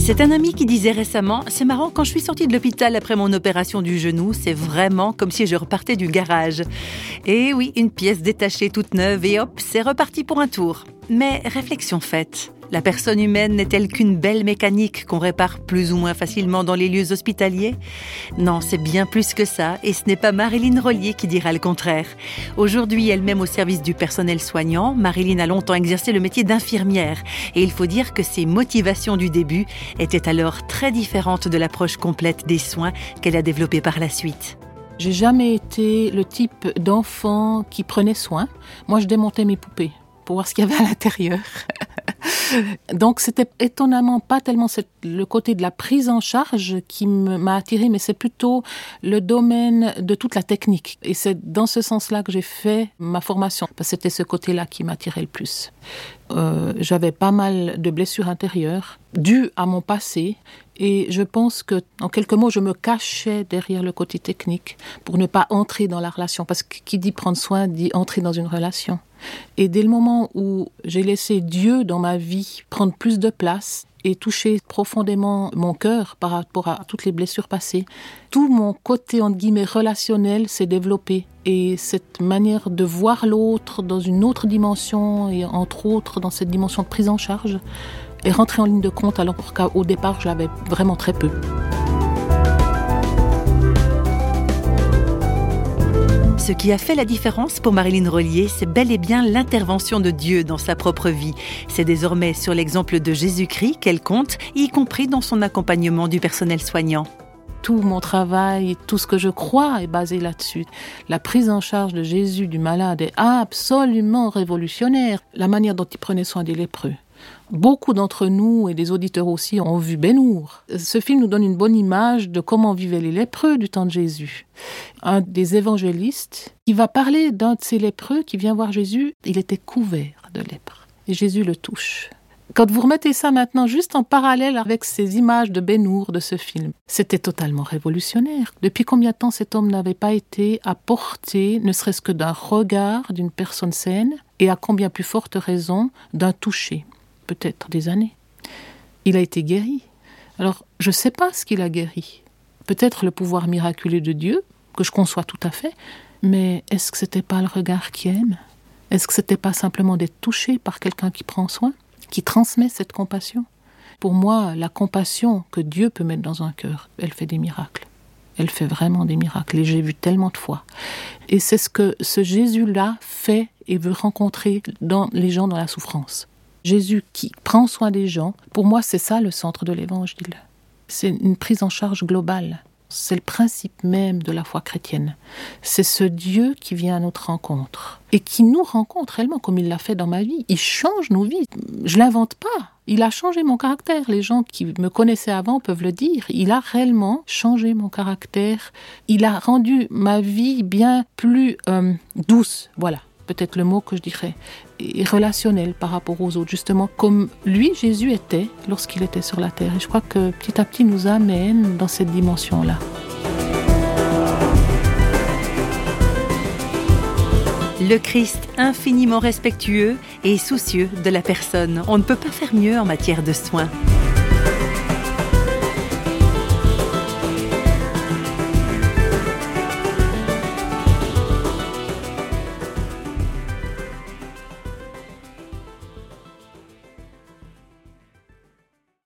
C'est un ami qui disait récemment « C'est marrant, quand je suis sortie de l'hôpital après mon opération du genou, c'est vraiment comme si je repartais du garage. » Et oui, une pièce détachée toute neuve et hop, c'est reparti pour un tour. Mais réflexion faite, la personne humaine n'est-elle qu'une belle mécanique qu'on répare plus ou moins facilement dans les lieux hospitaliers ? Non, c'est bien plus que ça, et ce n'est pas Marilyn Rollier qui dira le contraire. Aujourd'hui, elle-même au service du personnel soignant, Marilyn a longtemps exercé le métier d'infirmière, et il faut dire que ses motivations du début étaient alors très différentes de l'approche complète des soins qu'elle a développée par la suite. J'ai jamais été le type d'enfant qui prenait soin. Moi, je démontais mes poupées pour voir ce qu'il y avait à l'intérieur. Donc, c'était étonnamment pas tellement le côté de la prise en charge qui m'a attirée, mais c'est plutôt le domaine de toute la technique. Et c'est dans ce sens-là que j'ai fait ma formation, parce que c'était ce côté-là qui m'attirait le plus. J'avais pas mal de blessures intérieures dues à mon passé, et je pense que, en quelques mots, je me cachais derrière le côté technique pour ne pas entrer dans la relation, parce que qui dit prendre soin dit entrer dans une relation. Et dès le moment où j'ai laissé Dieu dans ma vie prendre plus de place et toucher profondément mon cœur par rapport à toutes les blessures passées, tout mon côté, entre guillemets, relationnel s'est développé. Et cette manière de voir l'autre dans une autre dimension, et entre autres dans cette dimension de prise en charge, est rentrée en ligne de compte, alors qu'au départ, je l'avais vraiment très peu. Ce qui a fait la différence pour Marilyn Rollier, c'est bel et bien l'intervention de Dieu dans sa propre vie. C'est désormais sur l'exemple de Jésus-Christ qu'elle compte, y compris dans son accompagnement du personnel soignant. Tout mon travail, tout ce que je crois est basé là-dessus. La prise en charge de Jésus, du malade, est absolument révolutionnaire. La manière dont il prenait soin des lépreux. Beaucoup d'entre nous, et des auditeurs aussi, ont vu Ben-Hur. Ce film nous donne une bonne image de comment vivaient les lépreux du temps de Jésus. Un des évangélistes, qui va parler d'un de ces lépreux qui vient voir Jésus, il était couvert de lèpre. Et Jésus le touche. Quand vous remettez ça maintenant juste en parallèle avec ces images de Ben-Hur, de ce film, c'était totalement révolutionnaire. Depuis combien de temps cet homme n'avait pas été à portée, ne serait-ce que d'un regard d'une personne saine, et à combien plus forte raison d'un toucher, peut-être des années. Il a été guéri. Alors, je ne sais pas ce qu'il a guéri. Peut-être le pouvoir miraculeux de Dieu, que je conçois tout à fait, mais est-ce que ce n'était pas le regard qui aime ? Est-ce que ce n'était pas simplement d'être touché par quelqu'un qui prend soin, qui transmet cette compassion ? Pour moi, la compassion que Dieu peut mettre dans un cœur, elle fait des miracles. Elle fait vraiment des miracles, et j'ai vu tellement de fois. Et c'est ce que ce Jésus-là fait et veut rencontrer dans les gens dans la souffrance. Jésus qui prend soin des gens, pour moi, c'est ça le centre de l'Évangile. C'est une prise en charge globale. C'est le principe même de la foi chrétienne. C'est ce Dieu qui vient à notre rencontre et qui nous rencontre réellement comme il l'a fait dans ma vie. Il change nos vies. Je l'invente pas. Il a changé mon caractère. Les gens qui me connaissaient avant peuvent le dire. Il a réellement changé mon caractère. Il a rendu ma vie bien plus douce. Voilà, peut-être le mot que je dirais. Et relationnel par rapport aux autres, justement, comme lui, Jésus, était lorsqu'il était sur la terre. Et je crois que petit à petit, il nous amène dans cette dimension-là. Le Christ infiniment respectueux et soucieux de la personne. On ne peut pas faire mieux en matière de soins.